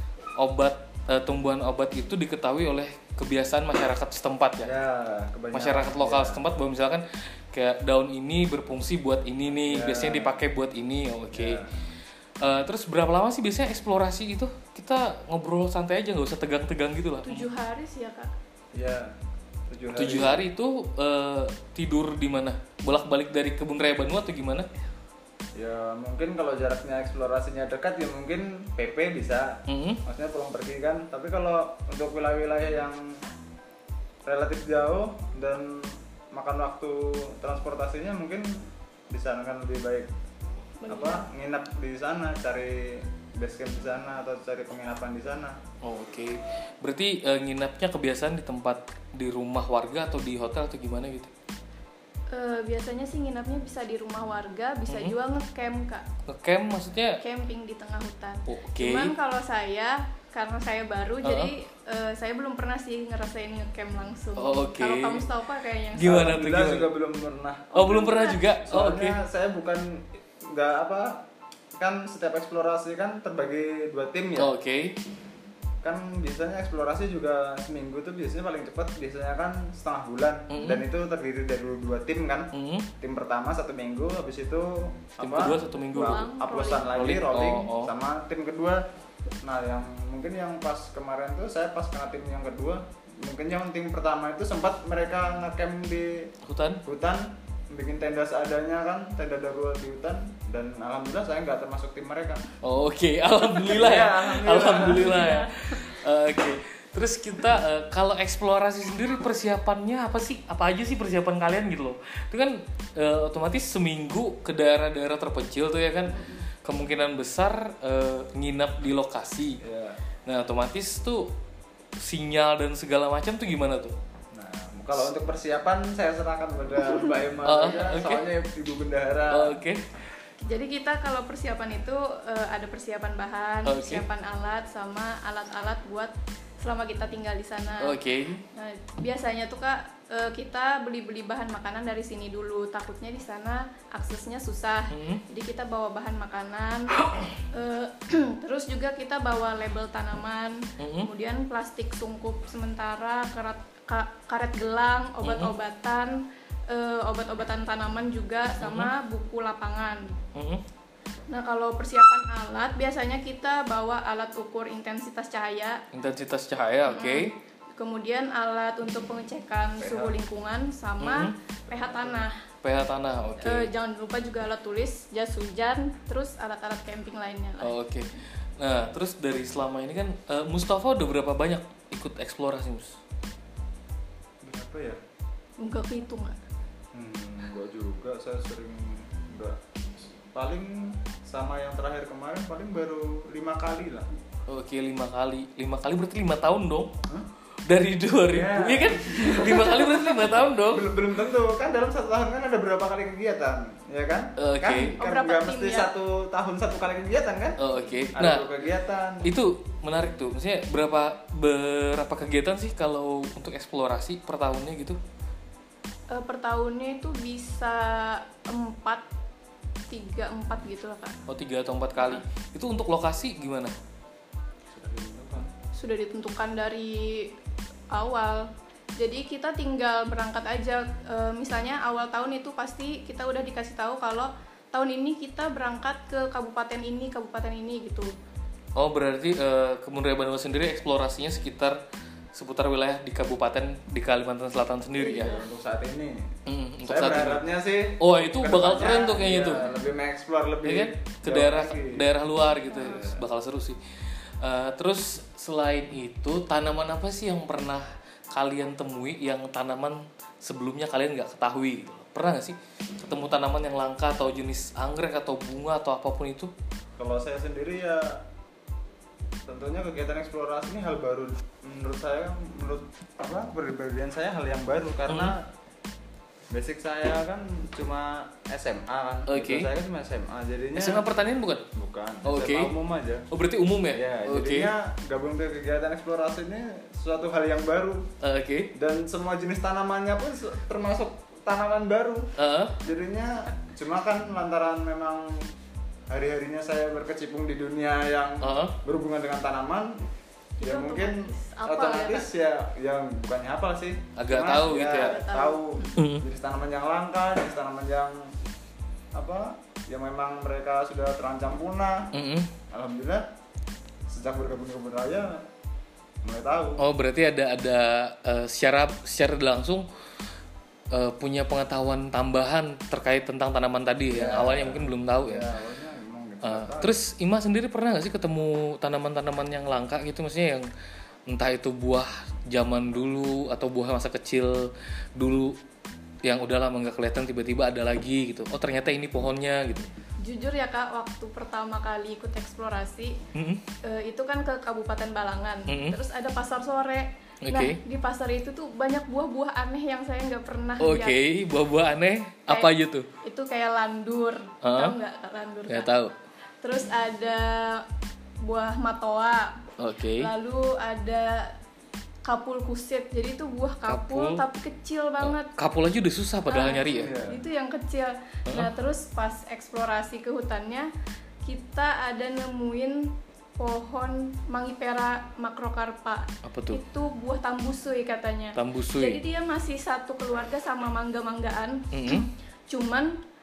tumbuhan obat itu diketahui oleh kebiasaan masyarakat setempat ya masyarakat lokal setempat, bahwa misalkan kayak daun ini berfungsi buat ini nih, biasanya dipakai buat ini. Terus berapa lama sih biasanya eksplorasi itu? Kita ngobrol santai aja, nggak usah tegang-tegang gitu lah. 7 hari sih ya kak? Iya, 7 hari itu tidur di mana? Bolak-balik dari kebun raya Banua atau gimana? Ya mungkin kalau jaraknya eksplorasinya dekat ya mungkin PP bisa, maksudnya pulang pergi kan. Tapi kalau untuk wilayah-wilayah yang relatif jauh dan makan waktu transportasinya mungkin di sana kan lebih baik nginap di sana, cari base camp di sana atau cari penginapan di sana. Berarti nginapnya kebiasaan di tempat, di rumah warga atau di hotel atau gimana gitu? Biasanya sih nginapnya bisa di rumah warga, bisa juga ngecamp kak. Ngecamp maksudnya? Camping di tengah hutan. Cuman kalau karena saya baru, jadi saya belum pernah sih ngerasain ngecamp langsung. Kalau kamu tahu pak kayaknya. Gimana tuh? Kita juga belum pernah. Belum pernah juga. Soalnya saya kan setiap eksplorasi kan terbagi 2 tim ya. Kan biasanya eksplorasi juga seminggu tuh biasanya paling cepat biasanya kan setengah bulan. Dan itu terdiri dari 2 tim kan. Tim pertama 1 minggu, habis itu tim kedua 1 minggu uploadan lagi rolling sama tim kedua. Nah yang mungkin yang pas kemarin tuh saya pas kena tim yang kedua mungkin yang tim pertama itu sempat mereka ngecamp di hutan, bikin tenda seadanya kan, tenda darurat di hutan, dan alhamdulillah saya nggak termasuk tim mereka. Oh, oke. Alhamdulillah ya. Alhamdulillah ya. Oke. Terus kita kalau eksplorasi sendiri persiapannya apa sih? Apa aja sih persiapan kalian gitu loh? Itu kan otomatis seminggu ke daerah-daerah terpencil tuh ya kan. Kemungkinan besar nginap di lokasi. Yeah. Nah, otomatis tuh sinyal dan segala macam tuh gimana tuh? Nah, kalau untuk persiapan saya serahkan pada Mbak Emma aja, soalnya Ibu Bendahara. Oke. Jadi kita kalau persiapan itu ada persiapan bahan, persiapan alat, sama alat-alat buat selama kita tinggal di sana. Oke. Nah, biasanya tuh Kak, kita beli bahan makanan dari sini dulu, takutnya di sana aksesnya susah. Jadi kita bawa bahan makanan, terus juga kita bawa label tanaman, kemudian plastik sungkup sementara, karet gelang, obat-obatan, obat-obatan tanaman juga, sama buku lapangan. Nah, kalau persiapan alat, biasanya kita bawa alat ukur intensitas cahaya. Intensitas cahaya, oke. Kemudian alat untuk pengecekan suhu lingkungan sama pH tanah. pH tanah, oke. Jangan lupa juga alat tulis, jas hujan, terus alat-alat camping lainnya lah. Oke. Nah, terus dari selama ini kan Mustafa udah berapa banyak ikut eksplorasi, Mus? Berapa ya? Enggak kehitung kan? Enggak juga, saya sering enggak. Paling sama yang terakhir kemarin paling baru 5 kali lah. Oke, 5 kali. 5 kali berarti 5 tahun dong. Dari 2000, iya kan? 5 kali berarti 5 tahun dong. Belum tentu, kan dalam 1 tahun kan ada berapa kali kegiatan, ya kan? Oke. Kan nggak mesti 1 tahun 1 kali kegiatan kan? Oke. Ada Nah, kegiatan. itu menarik tuh. Maksudnya berapa kegiatan sih kalau untuk eksplorasi per tahunnya gitu? Per tahunnya itu bisa 3-4 gitu lah Kak. Oh, 3 atau 4 kali. Itu untuk lokasi gimana? Sudah ditentukan dari awal. Jadi kita tinggal berangkat aja. Misalnya awal tahun itu pasti kita udah dikasih tahu kalau tahun ini kita berangkat ke kabupaten ini gitu. Oh, berarti Kebun Raya Bandung sendiri eksplorasinya seputar wilayah di kabupaten di Kalimantan Selatan sendiri ya. Untuk saat ini. Untuk saya saat berharapnya ini. sih. Oh, itu bakal keren tuh kayaknya tuh. Lebih mengeksplor lebih. Ya kan? Ke daerah luar gitu. Bakal seru sih. Terus selain itu tanaman apa sih yang pernah kalian temui yang tanaman sebelumnya kalian nggak ketahui gitu? Pernah nggak sih ketemu tanaman yang langka atau jenis anggrek atau bunga atau apapun itu? Kalau saya sendiri ya tentunya kegiatan eksplorasi ini hal baru menurut saya, menurut kepribadian saya hal yang baru karena basic saya kan cuma SMA kan. Oke. Saya kan cuma SMA jadinya. SMA pertanian bukan? Bukan. Oke. SMA umum aja. Oh, berarti umum ya? Ya, jadinya gabung ke kegiatan eksplorasi ini suatu hal yang baru. Oke. Dan semua jenis tanamannya pun termasuk tanaman baru. Jadinya cuma kan lantaran memang hari-harinya saya berkecimpung di dunia yang berhubungan dengan tanaman, ya mungkin otomatis ya bukannya apa sih, agak tahu gitu ya, tahu jenis tanaman yang langka, jenis tanaman yang yang memang mereka sudah terancam punah. Alhamdulillah sejak bergabung ke Kebun Raya mulai tahu. Oh, berarti ada secara langsung punya pengetahuan tambahan terkait tentang tanaman tadi yang awalnya mungkin belum tahu ya. Terus Ima sendiri pernah nggak sih ketemu tanaman-tanaman yang langka gitu, maksudnya yang entah itu buah zaman dulu atau buah masa kecil dulu yang udah lama nggak kelihatan tiba-tiba ada lagi gitu, oh ternyata ini pohonnya gitu? Jujur ya Kak, waktu pertama kali ikut eksplorasi itu kan ke Kabupaten Balangan, terus ada pasar sore. Nah, di pasar itu tuh banyak buah-buah aneh yang saya nggak pernah lihat. Buah-buah aneh apa aja tuh? Itu kayak landur, tahu nggak landur? Nggak tahu. Terus ada buah matoa. Lalu ada kapul kusit, jadi itu buah kapul tapi kecil banget. Kapul aja udah susah padahal nyari ya. Itu yang kecil. Nah, terus pas eksplorasi ke hutannya, kita ada nemuin pohon Mangifera macrocarpa. Apa tuh? Itu buah tambusui katanya. Tambusui. Jadi dia masih satu keluarga sama mangga-manggaan. Cuman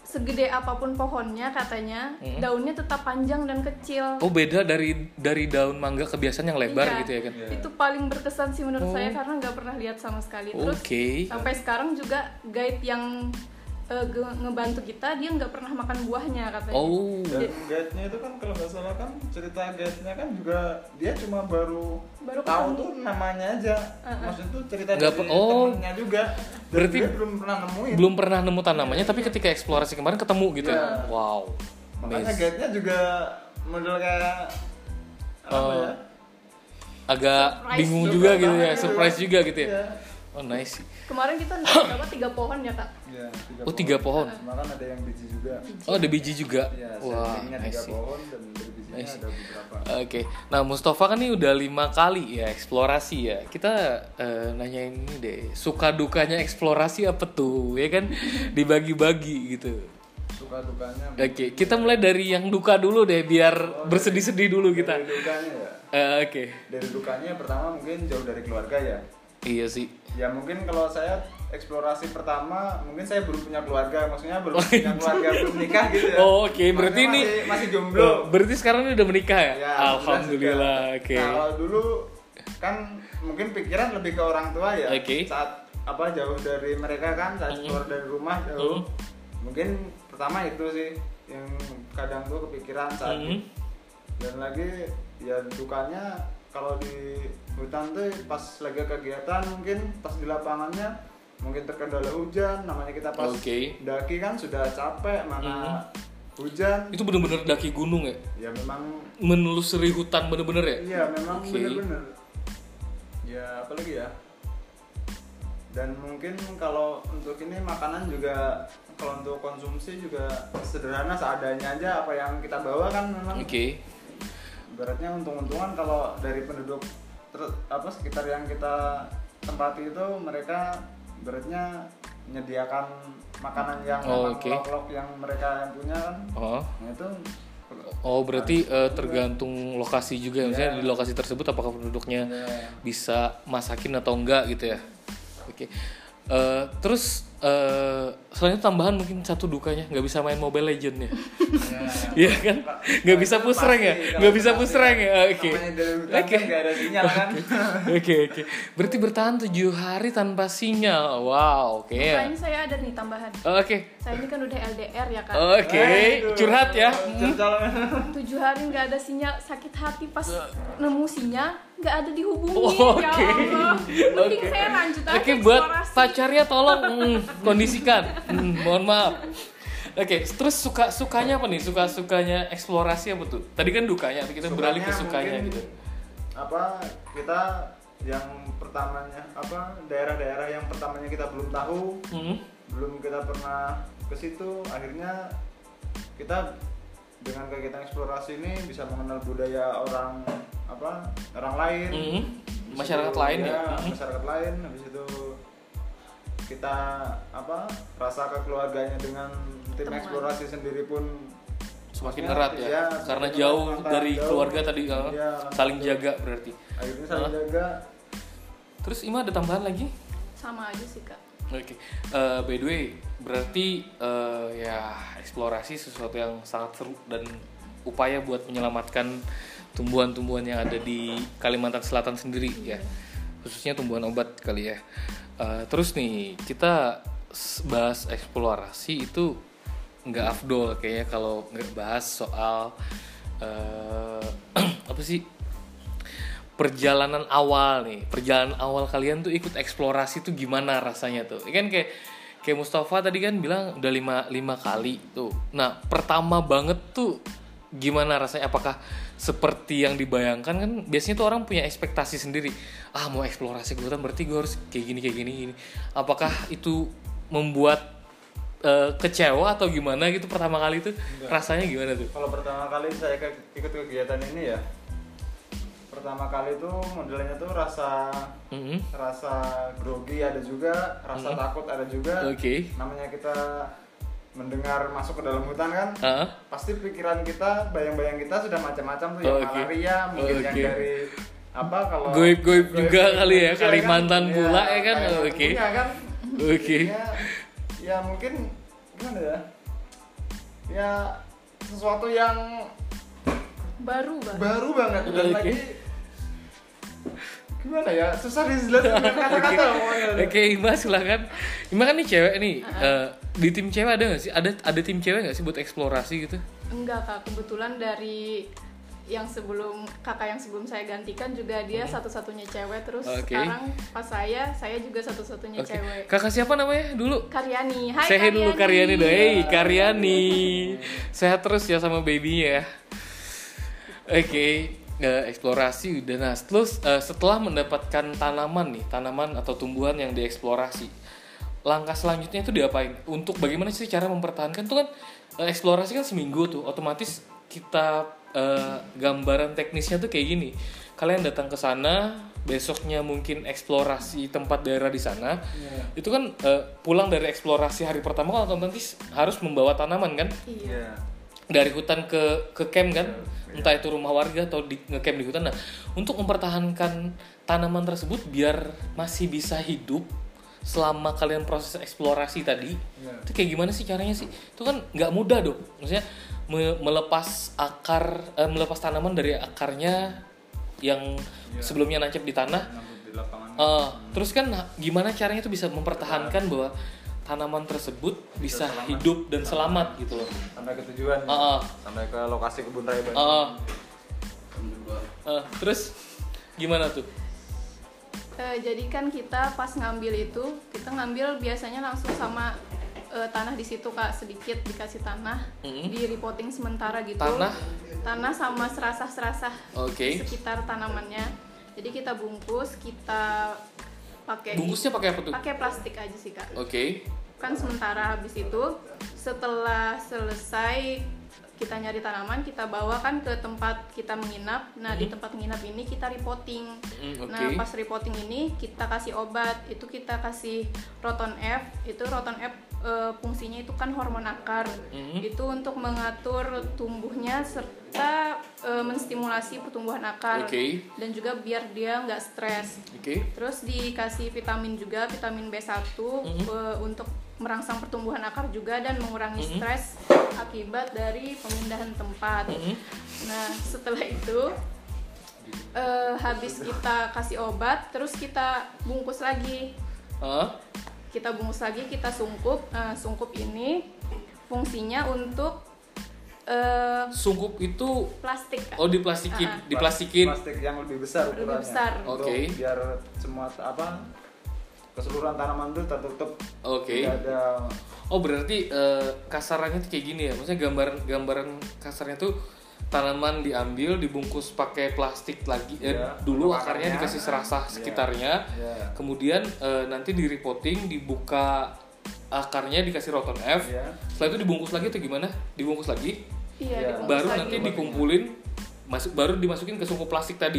segede apapun pohonnya katanya, daunnya tetap panjang dan kecil. Oh, beda dari daun mangga kebiasaan yang lebar Iya, gitu ya kan? Itu paling berkesan sih menurut saya karena nggak pernah lihat sama sekali. Terus sampai sekarang juga guide yang ngebantu kita, dia nggak pernah makan buahnya katanya. Oh. Dan guide-nya itu kan kalau nggak salah kan cerita guide-nya kan juga dia cuma baru tahu tuh namanya aja. Maksudnya tuh cerita dari temennya juga. Dan berarti dia belum pernah nemu tanamannya, tapi ketika eksplorasi kemarin ketemu gitu ya. Wow. Makanya guide-nya juga model kayak apa ya? Agak Surprise bingung juga gitu ya, banget. surprise juga gitu ya. Iya. Oh, nice. Kemarin kita dapat 3 pohon ya kak. Iya, 3 pohon. Bahkan ada yang biji juga. Oh, ada biji juga. Iya, Wah, settingnya 3 nice. pohon dan dari bijinya ada beberapa. Oke. Nah, Mustafa kan nih udah 5 kali ya eksplorasi ya. Kita nanyain ini deh, suka dukanya eksplorasi apa tuh? Ya kan dibagi-bagi gitu. Suka dukanya. Oke, kita mulai dari yang duka dulu deh biar bersedih-sedih dulu kita. Dari dukanya ya. Oke. Dari dukanya pertama mungkin jauh dari keluarga ya. Iya sih. Ya mungkin kalau saya eksplorasi pertama mungkin saya belum punya keluarga, maksudnya belum punya keluarga, belum nikah gitu ya. Oh, oke. Berarti Makanya ini masih jomblo. Berarti sekarang ini udah menikah ya? Ya, Alhamdulillah. sudah. Oke. Nah, kalau dulu kan mungkin pikiran lebih ke orang tua ya. Oke. Saat jauh dari mereka kan, saat keluar dari rumah jauh. Mungkin pertama itu sih yang kadang tuh kepikiran saat dan lagi ya dukanya kalau di hutan tuh pas lagi kegiatan mungkin pas di lapangannya mungkin terkendala hujan, namanya kita pas daki kan sudah capek, mana hujan. Itu bener-bener daki gunung ya? Ya memang menelusuri hutan bener-bener ya? Iya memang bener-bener. Ya apalagi ya. Dan mungkin kalau untuk ini makanan juga, kalau untuk konsumsi juga sederhana seadanya aja, apa yang kita bawa kan memang. Ibaratnya untung-untungan kalau dari penduduk sekitar yang kita tempati itu mereka ibaratnya menyediakan makanan yang lok-lok yang mereka yang punya kan. Nah itu berarti tergantung lokasi juga ya. Misalnya di lokasi tersebut apakah penduduknya bisa masakin atau enggak gitu ya. Oke. Terus soalnya tambahan mungkin satu dukanya nggak bisa main Mobile Legends ya. Iya kan? Nggak bisa push rank ya? Nggak bisa push rank ya? Oke. Nggak ada sinyal kan? Oke. Berarti bertahan 7 hari tanpa sinyal. Wow, oke. Makanya saya ada nih tambahan. Oke. Saya ini kan udah LDR ya kan. Oke. Curhat ya. 7 hari nggak ada sinyal, sakit hati pas nemu sinyal nggak ada dihubungi. Ya Allah. Mending saya lanjut aja. Oke, buat pacarnya tolong kondisikan. Mohon maaf. Oke, terus sukanya apa nih? Sukanya eksplorasi apa tuh? Tadi kan dukanya, kita beralih ke sukanya gitu. Kita yang pertamanya daerah-daerah yang pertamanya kita belum tahu, belum kita pernah ke situ, akhirnya kita dengan kegiatan eksplorasi ini bisa mengenal budaya orang lain, masyarakat lain ya. Masyarakat lain, habis itu kita rasa kekeluarganya dengan tim eksplorasi sendiri pun semakin erat ya, karena jauh dari keluarga tadi saling jaga berarti. Akhirnya saling jaga. Terus Ima ada tambahan lagi? Sama aja sih kak. Oke. By the way, berarti ya eksplorasi sesuatu yang sangat seru dan upaya buat menyelamatkan tumbuhan-tumbuhan yang ada di Kalimantan Selatan sendiri ya, khususnya tumbuhan obat kali ya. Terus nih kita bahas eksplorasi itu nggak afdol kayaknya kalau nggak bahas soal perjalanan awal kalian tuh ikut eksplorasi tuh gimana rasanya tuh? Kan kayak Mustafa tadi kan bilang udah 5 kali tuh. Nah pertama banget tuh gimana rasanya? Apakah seperti yang dibayangkan? Kan biasanya tuh orang punya ekspektasi sendiri. Mau eksplorasi ke hutan berarti gue harus kayak gini. Apakah itu membuat kecewa atau gimana gitu pertama kali tuh? Rasanya gimana tuh? Kalau pertama kali saya ikut kegiatan ini ya, pertama kali tuh modelnya tuh rasa grogi ada juga, rasa takut ada juga. Namanya kita mendengar masuk ke dalam hutan kan, pasti pikiran kita, bayang-bayang kita sudah macam-macam tuh, yang malaria, mungkin yang dari kalau goib juga kali ya, Kalimantan kan? pula ya kan. Ya mungkin gimana ya, ya sesuatu yang baru banget dan lagi gimana ya, susah dijelasin dengan kata-kata pokoknya. Oke, Ima silakan. Ima kan nih cewek nih, di tim cewek ada nggak sih? Ada tim cewek nggak sih buat eksplorasi gitu? Enggak Kak, kebetulan dari yang sebelum saya gantikan juga dia satu-satunya cewek, terus sekarang pas saya juga satunya cewek. Kakak siapa namanya dulu? Karyani. Hai Sehat Karyani. dulu Karyani dong. Hey Karyani, sehat terus ya sama babynya ya. Oke, eksplorasi udah. Nah terus setelah mendapatkan tanaman atau tumbuhan yang dieksplorasi, langkah selanjutnya itu diapain? Untuk bagaimana sih cara mempertahankan tuh kan eksplorasi kan seminggu tuh, otomatis kita gambaran teknisnya tuh kayak gini. Kalian datang ke sana, besoknya mungkin eksplorasi tempat daerah di sana. Itu kan pulang dari eksplorasi hari pertama kan otomatis harus membawa tanaman kan? Iya. Dari hutan ke camp kan, entah itu rumah warga atau ngecamp di hutan. Nah, untuk mempertahankan tanaman tersebut biar masih bisa hidup selama kalian proses eksplorasi tadi, itu kayak gimana sih caranya sih? Itu kan nggak mudah dong, maksudnya melepas melepas tanaman dari akarnya yang sebelumnya nancep di tanah. Terus kan gimana caranya itu bisa mempertahankan bahwa tanaman tersebut bisa hidup dan selamat gitu loh. Sampai ke tujuan, sampai ke lokasi kebun raya Bandung. Terus gimana tuh? Jadi kan kita pas ngambil itu, kita ngambil biasanya langsung sama tanah di situ Kak, sedikit dikasih tanah, di repotting sementara gitu. Tanah sama serasah-serasah di sekitar tanamannya. Jadi kita bungkus, kita bungkusnya pakai apa tuh? Pakai plastik aja sih Kak. Kan sementara habis itu setelah selesai kita nyari tanaman, kita bawa kan ke tempat kita menginap. Nah di tempat menginap ini kita repotting. Nah pas repotting ini kita kasih obat, itu kita kasih Roton F. Itu Roton F fungsinya itu kan hormon akar. Itu untuk mengatur tumbuhnya serta menstimulasi pertumbuhan akar. Dan juga biar dia nggak stres. Terus dikasih vitamin juga, vitamin B1 untuk merangsang pertumbuhan akar juga dan mengurangi stres akibat dari pemindahan tempat. Nah setelah itu habis kita kasih obat, terus kita bungkus lagi. Kita bungkus lagi, kita sungkup. Sungkup ini fungsinya untuk sungkup itu plastik. Diplastikin. Plastik yang lebih besar ukurannya. Biar semua keseluruhan tanaman itu tertutup. Tidak ada. Berarti kasarannya tuh kayak gini ya. Maksudnya gambaran kasarnya tuh tanaman diambil, dibungkus pakai plastik lagi. Dulu akarnya dikasih serasah sekitarnya. Kemudian nanti di repotting, dibuka akarnya, dikasih Roton F. Setelah itu dibungkus lagi atau gimana? Dibungkus lagi. Baru lagi. Nanti dikumpulin, baru dimasukin ke sungkup plastik tadi.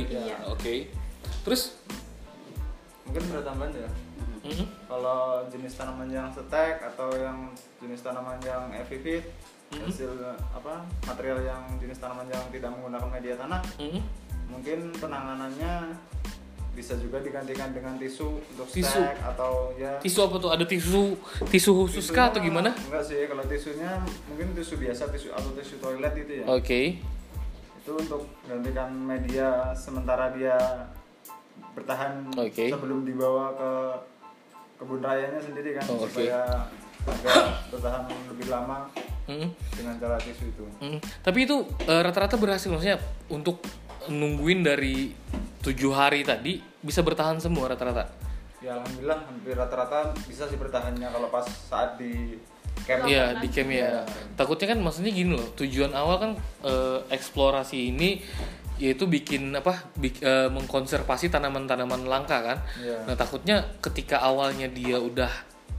Terus mungkin bertambahan ya. Kalau jenis tanaman yang stek atau yang jenis tanaman yang epifit, hasil material yang jenis tanaman yang tidak menggunakan media tanah, mungkin penanganannya bisa juga digantikan dengan tisu untuk stek atau ya. Tisu apa tuh? Ada tisu khusus kah atau gimana? Enggak sih, kalau tisunya mungkin tisu biasa, tisu toilet itu ya. Itu untuk gantikan media sementara dia bertahan sebelum dibawa ke kebun rayanya sendiri kan, supaya agak bertahan lebih lama dengan cara tisu itu. Tapi itu rata-rata berhasil, maksudnya untuk nungguin dari 7 hari tadi bisa bertahan semua rata-rata? Ya alhamdulillah hampir rata-rata bisa sih bertahannya kalau pas saat di camp. Iya di camp ya. Takutnya kan maksudnya gini loh, tujuan awal kan eksplorasi ini yaitu mengkonservasi tanaman-tanaman langka kan. Nah takutnya ketika awalnya dia udah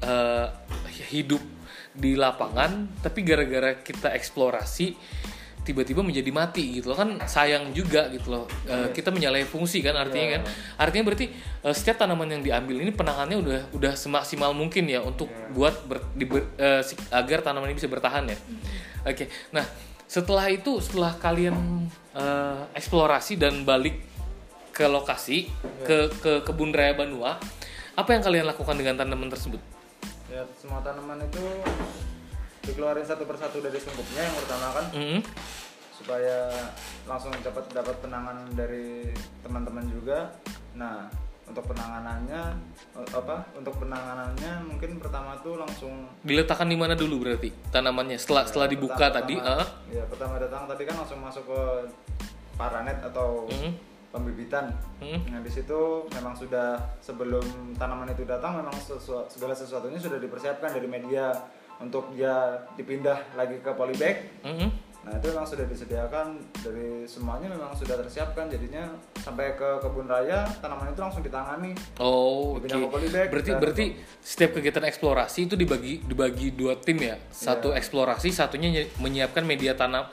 hidup di lapangan, tapi gara-gara kita eksplorasi tiba-tiba menjadi mati gitu loh, kan sayang juga gitu loh. Kita menyalahi fungsi kan artinya kan. Artinya berarti setiap tanaman yang diambil ini penanganannya udah semaksimal mungkin ya untuk buat agar tanaman ini bisa bertahan ya. Nah setelah kalian eksplorasi dan balik ke lokasi ke kebun raya Banua, apa yang kalian lakukan dengan tanaman tersebut? Ya semua tanaman itu dikeluarin satu persatu dari sungkupnya yang pertama kan, supaya langsung dapat penanganan dari teman-teman juga. Nah, untuk penanganannya mungkin pertama tuh langsung diletakkan di mana dulu berarti tanamannya setelah dibuka tadi? Ya, pertama datang tadi kan langsung masuk ke paranet atau pembibitan. Nah, di situ memang sudah sebelum tanaman itu datang memang segala sesuatunya sudah dipersiapkan dari media untuk dia dipindah lagi ke polybag. Nah, itu memang sudah disediakan, dari semuanya memang sudah tersiapkan, jadinya sampai ke kebun raya tanaman itu langsung ditangani. Oh, oke. Berarti setiap kegiatan eksplorasi itu dibagi 2 tim ya. Satu eksplorasi, satunya menyiapkan media tanah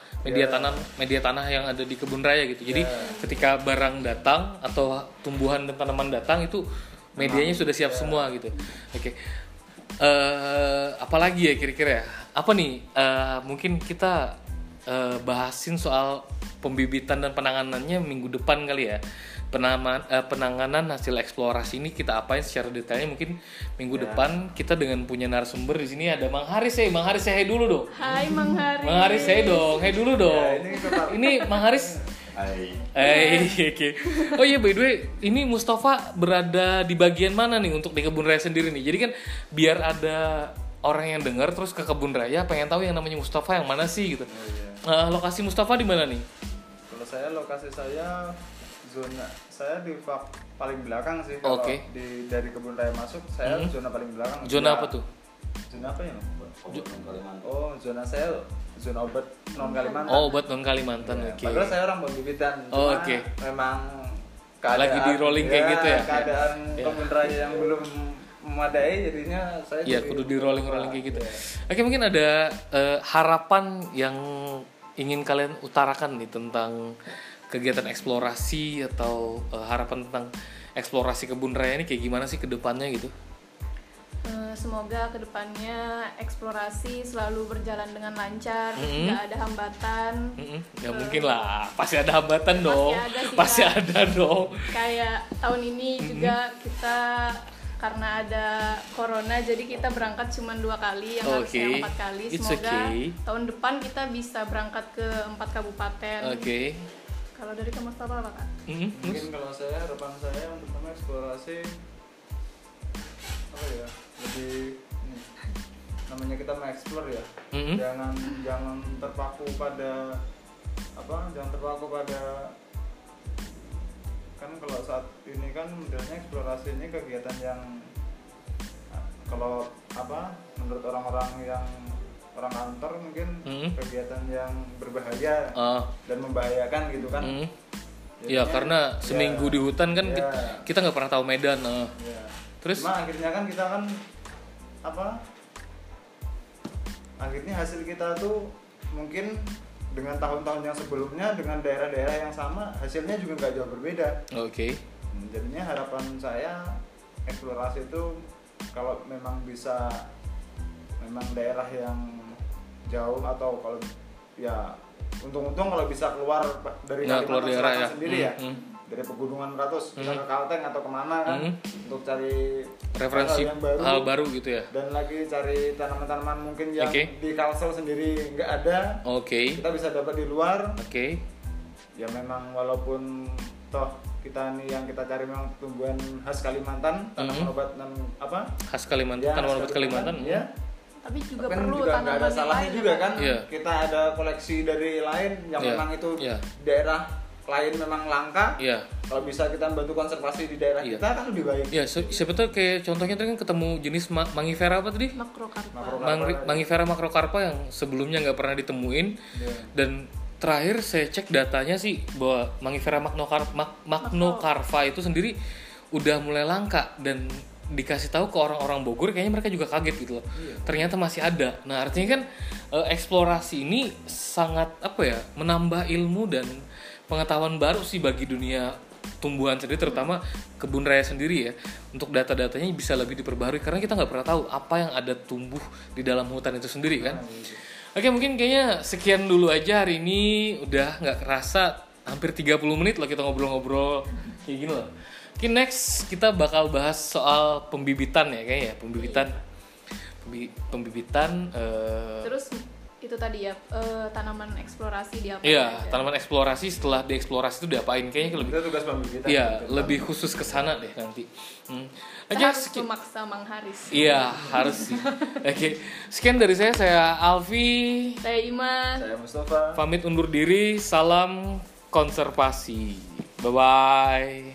yang ada di kebun raya gitu. Jadi ketika barang datang atau tumbuhan dan tanaman datang itu medianya sudah siap semua gitu. Oke. Apalagi ya kira-kira? Apa nih? Mungkin kita bahasin soal pembibitan dan penanganannya minggu depan kali ya. Penanganan hasil eksplorasi ini kita apain secara detailnya mungkin minggu depan. Kita dengan punya narasumber di sini ada Mang Haris. Mang Haris saya dulu dong. Hai Mang Haris. Mang Haris saya dong. Hai dulu dong. Ini Mang Haris. Hai. Oke. Oh iya, by the way, ini Mustafa berada di bagian mana nih untuk di kebun raya sendiri nih? Jadi kan biar ada orang yang dengar terus ke kebun raya pengen tahu yang namanya Mustafa yang mana sih gitu. Lokasi Mustafa di mana nih? Kalau lokasi saya zona saya di paling belakang sih. Kalau dari kebun raya masuk saya zona paling belakang. Zona apa tuh? Zona apa ya? Zona saya zona obat non Kalimantan. Oh, obat non Kalimantan. Ya, Oke. Padahal saya orang pembibitan. Memang keadaan, lagi di rolling kayak gitu ya. Keadaan kebun raya yang belum memadai, jadinya saya kudu di rolling kayak gitu. Oke, mungkin ada harapan yang ingin kalian utarakan nih tentang kegiatan eksplorasi atau harapan tentang eksplorasi kebun raya ini kayak gimana sih ke depannya gitu? Semoga kedepannya eksplorasi selalu berjalan dengan lancar, nggak ada hambatan. Ya mungkin lah, pasti ada hambatan dong. Pasti ada dong. Kayak tahun ini juga kita karena ada corona, jadi kita berangkat cuma 2 kali, yang harusnya 4 kali. Semoga tahun depan kita bisa berangkat ke 4 kabupaten. Kalau dari Kak Mustafa apa Kak? Mungkin kalau saya, harapan saya untuk eksplorasi apa ya, lebih namanya kita mengeksplor ya. Jangan terpaku pada kan kalau saat ini kan modelnya eksplorasi ini kegiatan yang kalau menurut orang-orang yang orang kantor mungkin kegiatan yang berbahaya dan membahayakan gitu kan. Ya karena seminggu di hutan kan kita nggak pernah tahu medan. Terus akhirnya kan kita kan akhirnya hasil kita tuh mungkin dengan tahun-tahun yang sebelumnya dengan daerah-daerah yang sama hasilnya juga nggak jauh berbeda. Jadinya harapan saya eksplorasi itu kalau memang bisa, memang daerah yang jauh atau kalau ya untung-untung kalau bisa keluar dari Kalimantan Selatan sendiri ya, dari pegunungan Ratus kita ke Kalteng atau kemana kan untuk cari referensi hal baru gitu ya, dan lagi cari tanaman-tanaman mungkin yang di Kalsel sendiri nggak ada, kita bisa dapat di luar. Ya memang walaupun toh kita nih yang kita cari memang tumbuhan khas Kalimantan, tanaman obat khas Kalimantan, tanaman obat Kalimantan ya. Tapi juga kan perlu juga nggak ada salahnya juga kan. Kita ada koleksi dari lain yang memang itu daerah lain memang langka. Kalau bisa kita bantu konservasi di daerah kita kan lebih baik. Siapa tahu kayak contohnya tadi kan ketemu jenis Mangifera apa tadi? Mangifera macrocarpa yang sebelumnya nggak pernah ditemuin. Dan terakhir saya cek datanya sih bahwa Mangifera macrocarpa itu sendiri udah mulai langka, dan dikasih tahu ke orang-orang Bogor kayaknya mereka juga kaget gitu loh. Ternyata masih ada. Nah, artinya kan eksplorasi ini sangat menambah ilmu dan pengetahuan baru sih bagi dunia tumbuhan sendiri, terutama kebun raya sendiri ya. Untuk data-datanya bisa lebih diperbarui karena kita nggak pernah tahu apa yang ada tumbuh di dalam hutan itu sendiri kan. Oke, mungkin kayaknya sekian dulu aja hari ini. Udah nggak kerasa hampir 30 menit loh kita ngobrol-ngobrol kayak gini loh. Oke, next kita bakal bahas soal pembibitan ya kayaknya, pembibitan. Terus itu tadi ya tanaman eksplorasi diapain? Iya, aja? tanaman eksplorasi setelah dieksplorasi itu diapain? Kayaknya lebih. Itu tugas pembibitan. Iya, lebih khusus ke sana deh nanti. Kita harus memaksa Mang Haris. Iya, harus sih. Oke, sekian dari saya Alfi. Saya Iman. Saya Mustafa. Pamit undur diri. Salam konservasi. Bye bye.